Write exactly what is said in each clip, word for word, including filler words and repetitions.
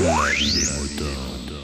La vie des moutons.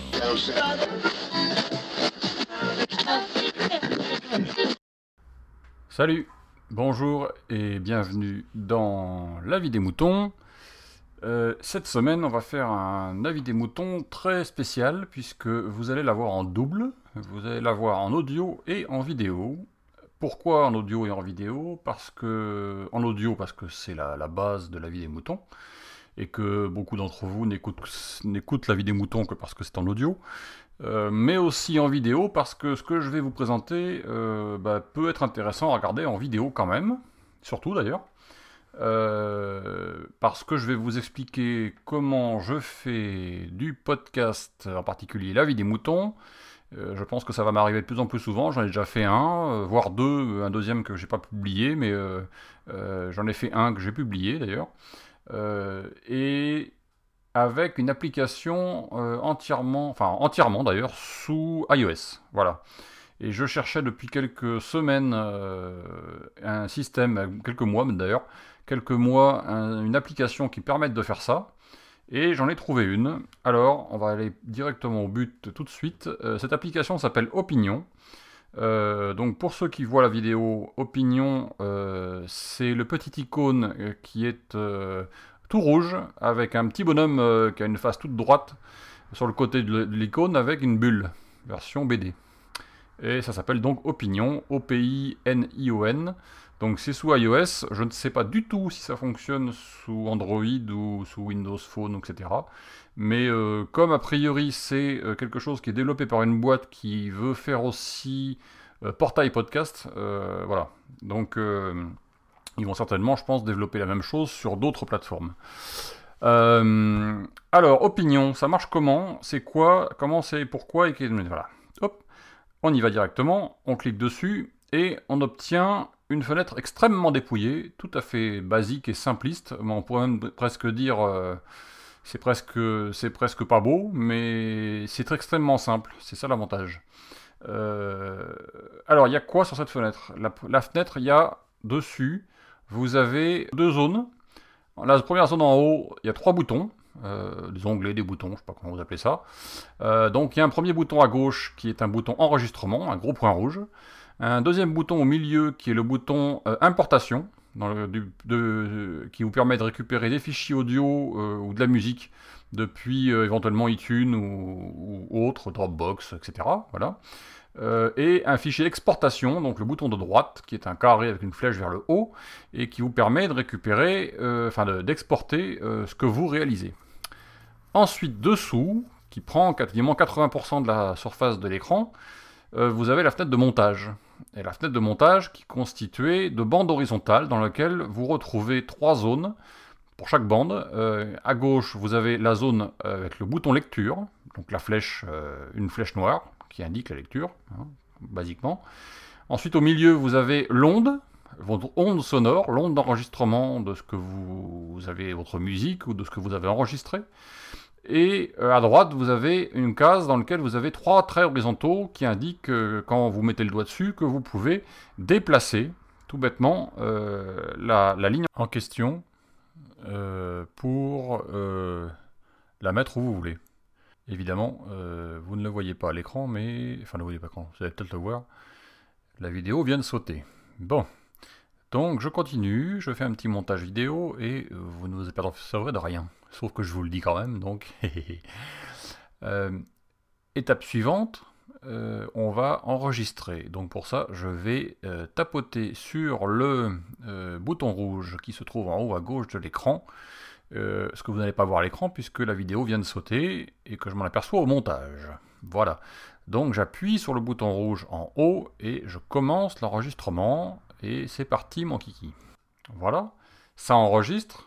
Salut, bonjour et bienvenue dans La vie des moutons. Euh, cette semaine, on va faire un avis des moutons très spécial puisque vous allez l'avoir en double, vous allez l'avoir en audio et en vidéo. Pourquoi en audio et en vidéo? Parce que en audio parce que c'est la, la base de La vie des moutons et que beaucoup d'entre vous n'écoutent, n'écoutent La vie des moutons que parce que c'est en audio. Euh, mais aussi en vidéo parce que ce que je vais vous présenter euh, bah, peut être intéressant à regarder en vidéo quand même, surtout d'ailleurs. Euh, parce que je vais vous expliquer comment je fais du podcast, en particulier La vie des moutons. Euh, je pense que ça va m'arriver de plus en plus souvent, j'en ai déjà fait un, euh, voire deux, un deuxième que j'ai pas publié, mais euh, euh, j'en ai fait un que j'ai publié d'ailleurs. Euh, et avec une application euh, entièrement, enfin entièrement d'ailleurs, sous iOS. Voilà. Et je cherchais depuis quelques semaines euh, un système, quelques mois d'ailleurs, quelques mois, un, une application qui permette de faire ça. Et j'en ai trouvé une. Alors, on va aller directement au but tout de suite. Euh, cette application s'appelle Opinion. Euh, donc pour ceux qui voient la vidéo, Opinion, euh, c'est le petit icône euh, qui est euh, tout rouge, avec un petit bonhomme euh, qui a une face toute droite sur le côté de l'icône avec une bulle, version B D. Et ça s'appelle donc Opinion, O P I N I O N. Donc c'est sous iOS, je ne sais pas du tout si ça fonctionne sous Android ou sous Windows Phone, et cetera. Mais euh, comme a priori c'est euh, quelque chose qui est développé par une boîte qui veut faire aussi euh, portail podcast, euh, voilà. Donc euh, ils vont certainement, je pense, développer la même chose sur d'autres plateformes. Euh, alors, Opinion, ça marche comment? C'est quoi? Comment c'est? Pourquoi? Et voilà. Hop, on y va directement, on clique dessus et on obtient une fenêtre extrêmement dépouillée, tout à fait basique et simpliste. On pourrait même presque dire, euh, c'est presque, c'est presque pas beau, mais c'est extrêmement simple. C'est ça l'avantage. Euh, alors, il y a quoi sur cette fenêtre? la, la fenêtre, il y a dessus, vous avez deux zones. La première zone en haut, il y a trois boutons. Euh, des onglets, des boutons, je ne sais pas comment vous appelez ça. Euh, donc il y a un premier bouton à gauche qui est un bouton enregistrement, un gros point rouge. Un deuxième bouton au milieu qui est le bouton euh, importation, dans le, du, de, qui vous permet de récupérer des fichiers audio euh, ou de la musique depuis euh, éventuellement iTunes ou, ou autre, Dropbox, et cetera. Voilà. Euh, et un fichier exportation, donc le bouton de droite, qui est un carré avec une flèche vers le haut, et qui vous permet de récupérer, euh, enfin de, d'exporter euh, ce que vous réalisez. Ensuite, dessous, qui prend quasiment quatre-vingts pour cent de la surface de l'écran, euh, vous avez la fenêtre de montage. Et la fenêtre de montage qui est constituée de bandes horizontales dans lesquelles vous retrouvez trois zones pour chaque bande. Euh, à gauche, vous avez la zone avec le bouton lecture, donc la flèche, euh, une flèche noire qui indique la lecture, hein, basiquement. Ensuite, au milieu, vous avez l'onde, votre onde sonore, l'onde d'enregistrement de ce que vous, vous avez, votre musique ou de ce que vous avez enregistré. Et euh, à droite, vous avez une case dans laquelle vous avez trois traits horizontaux qui indiquent, euh, quand vous mettez le doigt dessus, que vous pouvez déplacer, tout bêtement, euh, la, la ligne en question euh, pour euh, la mettre où vous voulez. Évidemment, euh, vous ne le voyez pas à l'écran, mais... Enfin, ne le voyez pas quand, vous allez peut-être le voir. La vidéo vient de sauter. Bon. Donc, je continue, je fais un petit montage vidéo, et vous ne vous apercevrez de rien. Sauf que je vous le dis quand même, donc... euh, étape suivante, euh, on va enregistrer. Donc pour ça, je vais euh, tapoter sur le euh, bouton rouge qui se trouve en haut à gauche de l'écran. Euh, ce que vous n'allez pas voir à l'écran puisque la vidéo vient de sauter et que je m'en aperçois au montage. Voilà. Donc j'appuie sur le bouton rouge en haut et je commence l'enregistrement. Et c'est parti mon kiki. Voilà. Ça enregistre.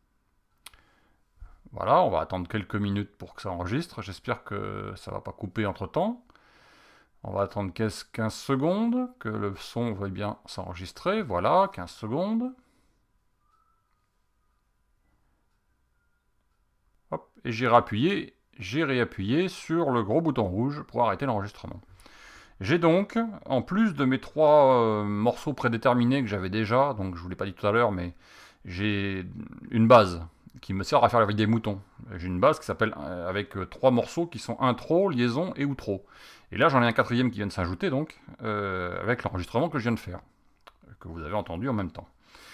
Voilà, on va attendre quelques minutes pour que ça enregistre. J'espère que ça ne va pas couper entre temps. On va attendre quinze secondes, que le son veuille bien s'enregistrer. Voilà, quinze secondes. Hop, et j'ai réappuyé, j'ai réappuyé sur le gros bouton rouge pour arrêter l'enregistrement. J'ai donc, en plus de mes trois euh, morceaux prédéterminés que j'avais déjà, donc je ne vous l'ai pas dit tout à l'heure, mais j'ai une base qui me sert à faire la vie des moutons. J'ai une base qui s'appelle euh, avec euh, trois morceaux qui sont intro, liaison et outro. Et là, j'en ai un quatrième qui vient de s'ajouter, donc, euh, avec l'enregistrement que je viens de faire, que vous avez entendu en même temps.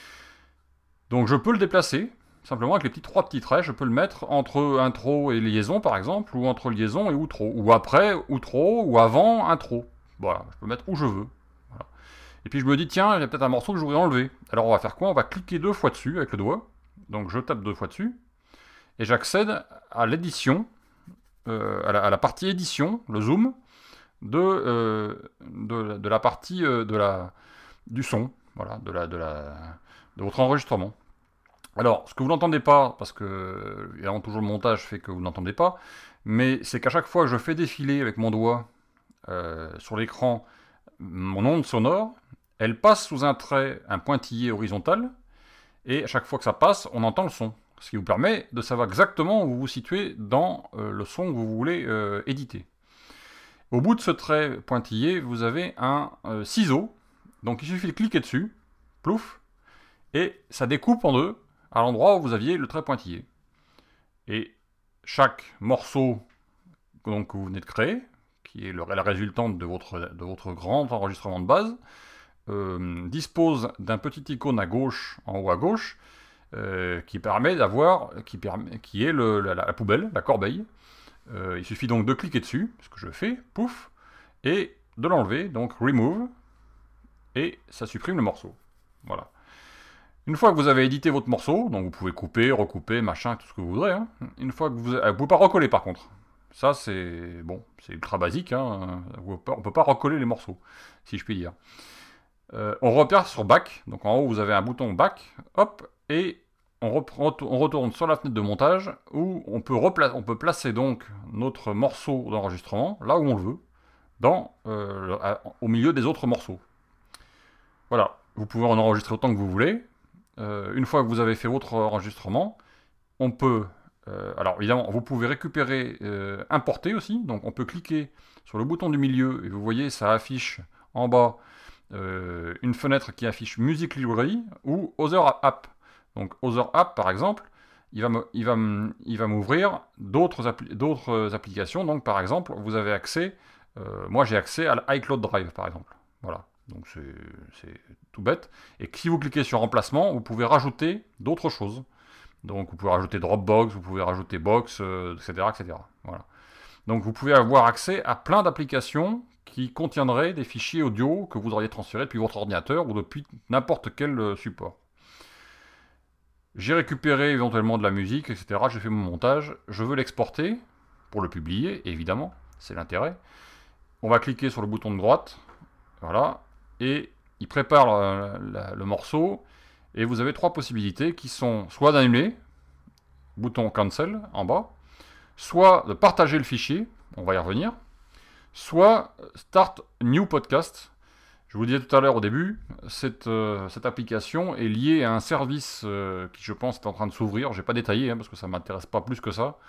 Donc, je peux le déplacer, simplement avec les petits trois petits traits, je peux le mettre entre intro et liaison, par exemple, ou entre liaison et outro, ou après outro, ou avant intro. Voilà, je peux mettre où je veux. Voilà. Et puis, je me dis, tiens, il y a peut-être un morceau que je voudrais enlever. Alors, on va faire quoi? On va cliquer deux fois dessus avec le doigt. Donc, je tape deux fois dessus, et j'accède à l'édition, euh, à, la, à la partie édition, le zoom, de, euh, de, de la partie euh, de la, du son, voilà, de, la, de, la, de votre enregistrement. Alors, ce que vous n'entendez pas, parce que évidemment, toujours le montage fait que vous n'entendez pas, mais c'est qu'à chaque fois que je fais défiler avec mon doigt euh, sur l'écran mon onde sonore, elle passe sous un trait, un pointillé horizontal, et à chaque fois que ça passe, on entend le son. Ce qui vous permet de savoir exactement où vous vous situez dans euh, le son que vous voulez euh, éditer. Au bout de ce trait pointillé, vous avez un euh, ciseau. Donc il suffit de cliquer dessus, plouf, et ça découpe en deux à l'endroit où vous aviez le trait pointillé. Et chaque morceau donc, que vous venez de créer, qui est le, la résultante de votre, de votre grand enregistrement de base, euh, dispose d'un petit icône à gauche, en haut à gauche, euh, qui permet d'avoir, qui, permet, qui est le, la, la poubelle, la corbeille. Euh, il suffit donc de cliquer dessus, ce que je fais, pouf, et de l'enlever, donc remove, et ça supprime le morceau. Voilà. Une fois que vous avez édité votre morceau, donc vous pouvez couper, recouper, machin, tout ce que vous voudrez, hein, une fois que vous... Vous ne pouvez pas recoller par contre. Ça c'est... Bon, c'est ultra basique, hein, on ne peut pas recoller les morceaux, si je puis dire. Euh, on repère sur Back, donc en haut vous avez un bouton Back, hop, et on, reprend, on retourne sur la fenêtre de montage où on peut, on peut placer donc notre morceau d'enregistrement là où on le veut, dans, euh, à, au milieu des autres morceaux. Voilà, vous pouvez en enregistrer autant que vous voulez. Euh, une fois que vous avez fait votre enregistrement, on peut, euh, alors évidemment, vous pouvez récupérer, euh, importer aussi, donc on peut cliquer sur le bouton du milieu et vous voyez, ça affiche en bas euh, une fenêtre qui affiche Music Library ou Other App. Donc Other App par exemple, il va, me, il va, me, il va m'ouvrir d'autres, appli d'autres applications. Donc par exemple, vous avez accès, euh, moi j'ai accès à l'iCloud Drive par exemple. Voilà, donc c'est tout bête. Et si vous cliquez sur Remplacement, vous pouvez rajouter d'autres choses. Donc vous pouvez rajouter Dropbox, vous pouvez rajouter Box, euh, et cetera, et cetera. Voilà. Donc vous pouvez avoir accès à plein d'applications qui contiendraient des fichiers audio que vous auriez transférés depuis votre ordinateur ou depuis n'importe quel support. J'ai récupéré éventuellement de la musique, et cetera. J'ai fait mon montage. Je veux l'exporter pour le publier, évidemment. C'est l'intérêt. On va cliquer sur le bouton de droite. Voilà. Et il prépare le, le, le morceau. Et vous avez trois possibilités qui sont soit d'annuler, bouton Cancel en bas, soit de partager le fichier, on va y revenir, soit Start New Podcast. Je vous disais tout à l'heure au début, cette, euh, cette application est liée à un service euh, qui je pense est en train de s'ouvrir, je n'ai pas détaillé hein, parce que ça ne m'intéresse pas plus que ça,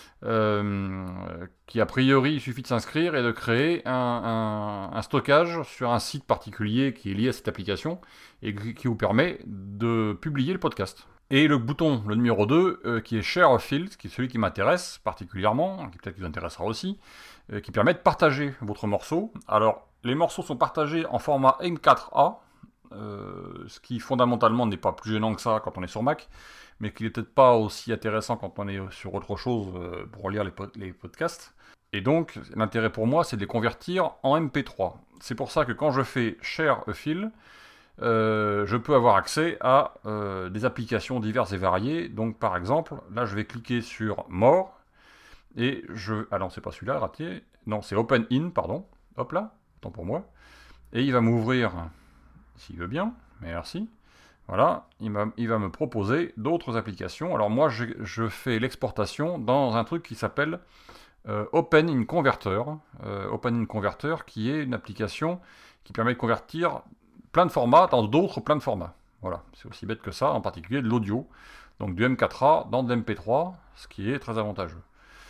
euh, qui a priori il suffit de s'inscrire et de créer un, un, un stockage sur un site particulier qui est lié à cette application et qui vous permet de publier le podcast. Et le bouton, le numéro deux, euh, qui est Share a Field, qui est celui qui m'intéresse particulièrement, qui peut-être vous intéressera aussi, euh, qui permet de partager votre morceau. Alors, les morceaux sont partagés en format M quatre A, euh, ce qui fondamentalement n'est pas plus gênant que ça quand on est sur Mac, mais qui n'est peut-être pas aussi intéressant quand on est sur autre chose euh, pour lire les, pod les podcasts. Et donc, l'intérêt pour moi, c'est de les convertir en M P trois. C'est pour ça que quand je fais Share a File, euh, je peux avoir accès à euh, des applications diverses et variées. Donc, par exemple, là, je vais cliquer sur More, et je... Ah non, c'est pas celui-là, raté. Non, c'est Open In, pardon. Hop là, tant pour moi. Et il va m'ouvrir, s'il veut bien, merci. Voilà, il va, il va me proposer d'autres applications. Alors moi, je, je fais l'exportation dans un truc qui s'appelle euh, Open In Converter. Euh, Open In Converter, qui est une application qui permet de convertir plein de formats dans d'autres plein de formats. Voilà, c'est aussi bête que ça, en particulier de l'audio. Donc du M quatre A dans de l'M P trois, ce qui est très avantageux.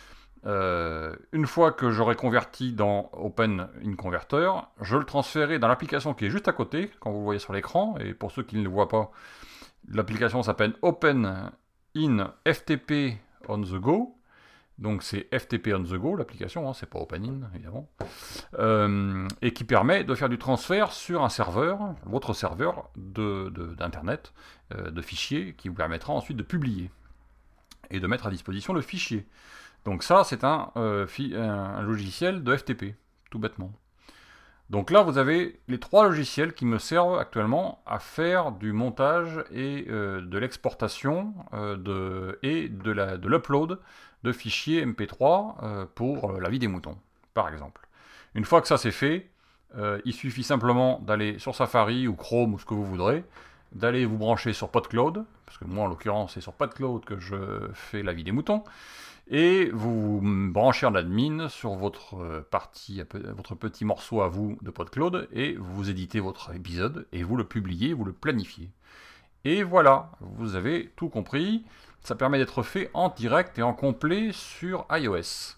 Euh, une fois que j'aurai converti dans Open In Converter, je le transférerai dans l'application qui est juste à côté, quand vous le voyez sur l'écran, et pour ceux qui ne le voient pas, l'application s'appelle Open in F T P on the go. Donc c'est F T P on the go, l'application, hein, c'est pas OpenIn, évidemment. Euh, et qui permet de faire du transfert sur un serveur, votre serveur de, de, d'Internet, euh, de fichiers, qui vous permettra ensuite de publier et de mettre à disposition le fichier. Donc ça, c'est un, euh, fi- un, un logiciel de F T P, tout bêtement. Donc là, vous avez les trois logiciels qui me servent actuellement à faire du montage et euh, de l'exportation euh, de, et de, la, de l'upload de fichiers M P trois euh, pour euh, la vie des moutons, par exemple. Une fois que ça c'est fait, euh, il suffit simplement d'aller sur Safari ou Chrome ou ce que vous voudrez, d'aller vous brancher sur PodCloud, parce que moi en l'occurrence c'est sur PodCloud que je fais la vie des moutons, et vous vous branchez en admin sur votre partie, votre petit morceau à vous de PodCloud, et vous éditez votre épisode, et vous le publiez, vous le planifiez. Et voilà, vous avez tout compris, ça permet d'être fait en direct et en complet sur iOS.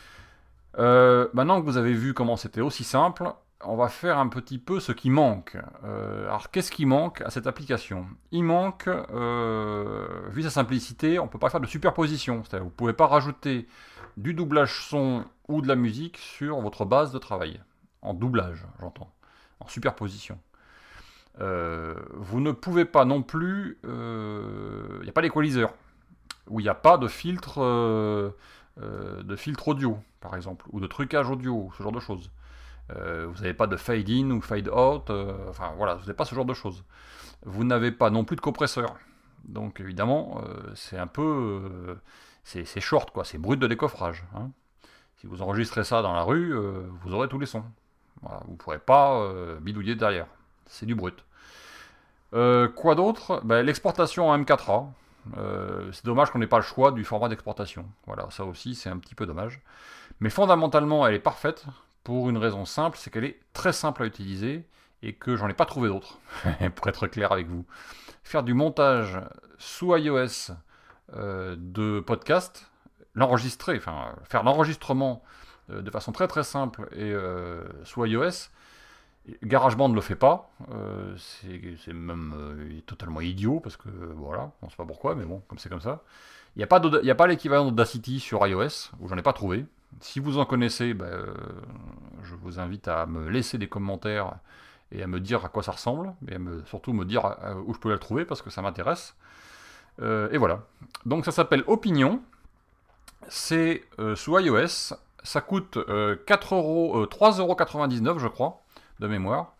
Euh, maintenant que vous avez vu comment c'était aussi simple, on va faire un petit peu ce qui manque. Euh, alors qu'est-ce qui manque à cette application ? Il manque, euh, vu sa simplicité, on ne peut pas faire de superposition. C'est-à-dire vous ne pouvez pas rajouter du doublage son ou de la musique sur votre base de travail. En doublage, j'entends. En superposition. Euh, vous ne pouvez pas non plus... Il euh, n'y a pas d'équaliseur. Où il n'y a pas de filtre, euh, euh, de filtre audio, par exemple. Ou de trucage audio, ce genre de choses. Euh, vous n'avez pas de fade in ou fade out, euh, enfin voilà, vous n'avez pas ce genre de choses. Vous n'avez pas non plus de compresseur. Donc évidemment, euh, c'est un peu... Euh, c'est, c'est short, quoi, c'est brut de décoffrage. Hein. Si vous enregistrez ça dans la rue, euh, vous aurez tous les sons. Voilà, vous ne pourrez pas euh, bidouiller derrière. C'est du brut. Euh, quoi d'autre ? Ben, l'exportation en M quatre A. Euh, c'est dommage qu'on n'ait pas le choix du format d'exportation. Voilà, ça aussi, c'est un petit peu dommage. Mais fondamentalement, elle est parfaite. Pour une raison simple, c'est qu'elle est très simple à utiliser et que j'en ai pas trouvé d'autre, pour être clair avec vous. Faire du montage sous iOS euh, de podcast, l'enregistrer, enfin faire l'enregistrement euh, de façon très très simple et euh, sous iOS, GarageBand ne le fait pas, euh, c'est, c'est même euh, totalement idiot parce que voilà, on ne sait pas pourquoi, mais bon, comme c'est comme ça. Il n'y a pas, y a pas l'équivalent d'Audacity sur iOS, où j'en ai pas trouvé. Si vous en connaissez, ben, euh, je vous invite à me laisser des commentaires et à me dire à quoi ça ressemble, et à me, surtout me dire où je peux la trouver parce que ça m'intéresse. Euh, et voilà. Donc ça s'appelle Opinion, c'est euh, sous iOS, ça coûte euh, quatre euros, euh, trois euros quatre-vingt-dix-neuf je crois, de mémoire.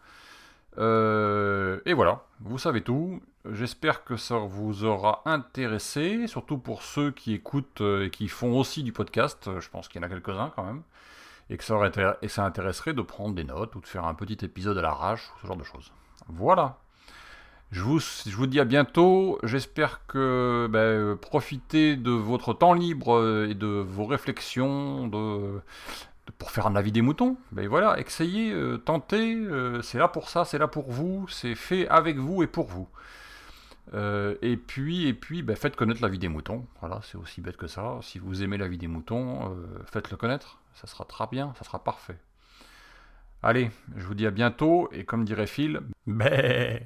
Euh, et voilà, vous savez tout. J'espère que ça vous aura intéressé, surtout pour ceux qui écoutent et qui font aussi du podcast. Je pense qu'il y en a quelques-uns quand même. Et que ça, aurait été, et ça intéresserait de prendre des notes ou de faire un petit épisode à l'arrache, ce genre de choses. Voilà. Je vous, je vous dis à bientôt. J'espère que ben, profitez de votre temps libre et de vos réflexions de... pour faire un avis des moutons, ben voilà, essayez, euh, tentez, euh, c'est là pour ça, c'est là pour vous, c'est fait avec vous et pour vous. Euh, et puis, et puis ben, faites connaître la vie des moutons, voilà, c'est aussi bête que ça. Si vous aimez la vie des moutons, euh, faites-le connaître, ça sera très bien, ça sera parfait. Allez, je vous dis à bientôt, et comme dirait Phil, bé.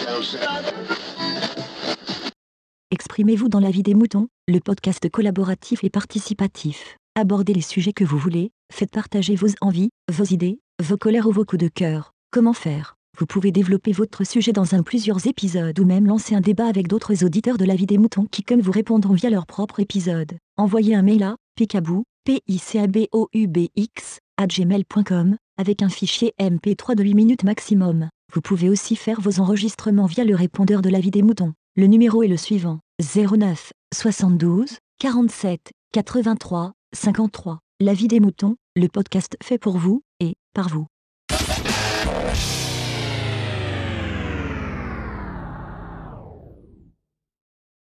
Exprimez-vous dans la vie des moutons, le podcast collaboratif et participatif. Abordez les sujets que vous voulez, faites partager vos envies, vos idées, vos colères ou vos coups de cœur. Comment faire ? Vous pouvez développer votre sujet dans un plusieurs épisodes ou même lancer un débat avec d'autres auditeurs de la vie des moutons qui comme vous répondront via leur propre épisode. Envoyez un mail à picaboo, p i c a b o u b x, arobase gmail point com, avec un fichier M P trois de huit minutes maximum. Vous pouvez aussi faire vos enregistrements via le répondeur de la vie des moutons. Le numéro est le suivant, zéro neuf soixante-douze quarante-sept quatre-vingt-trois cinquante-trois. La vie des moutons, le podcast fait pour vous et par vous.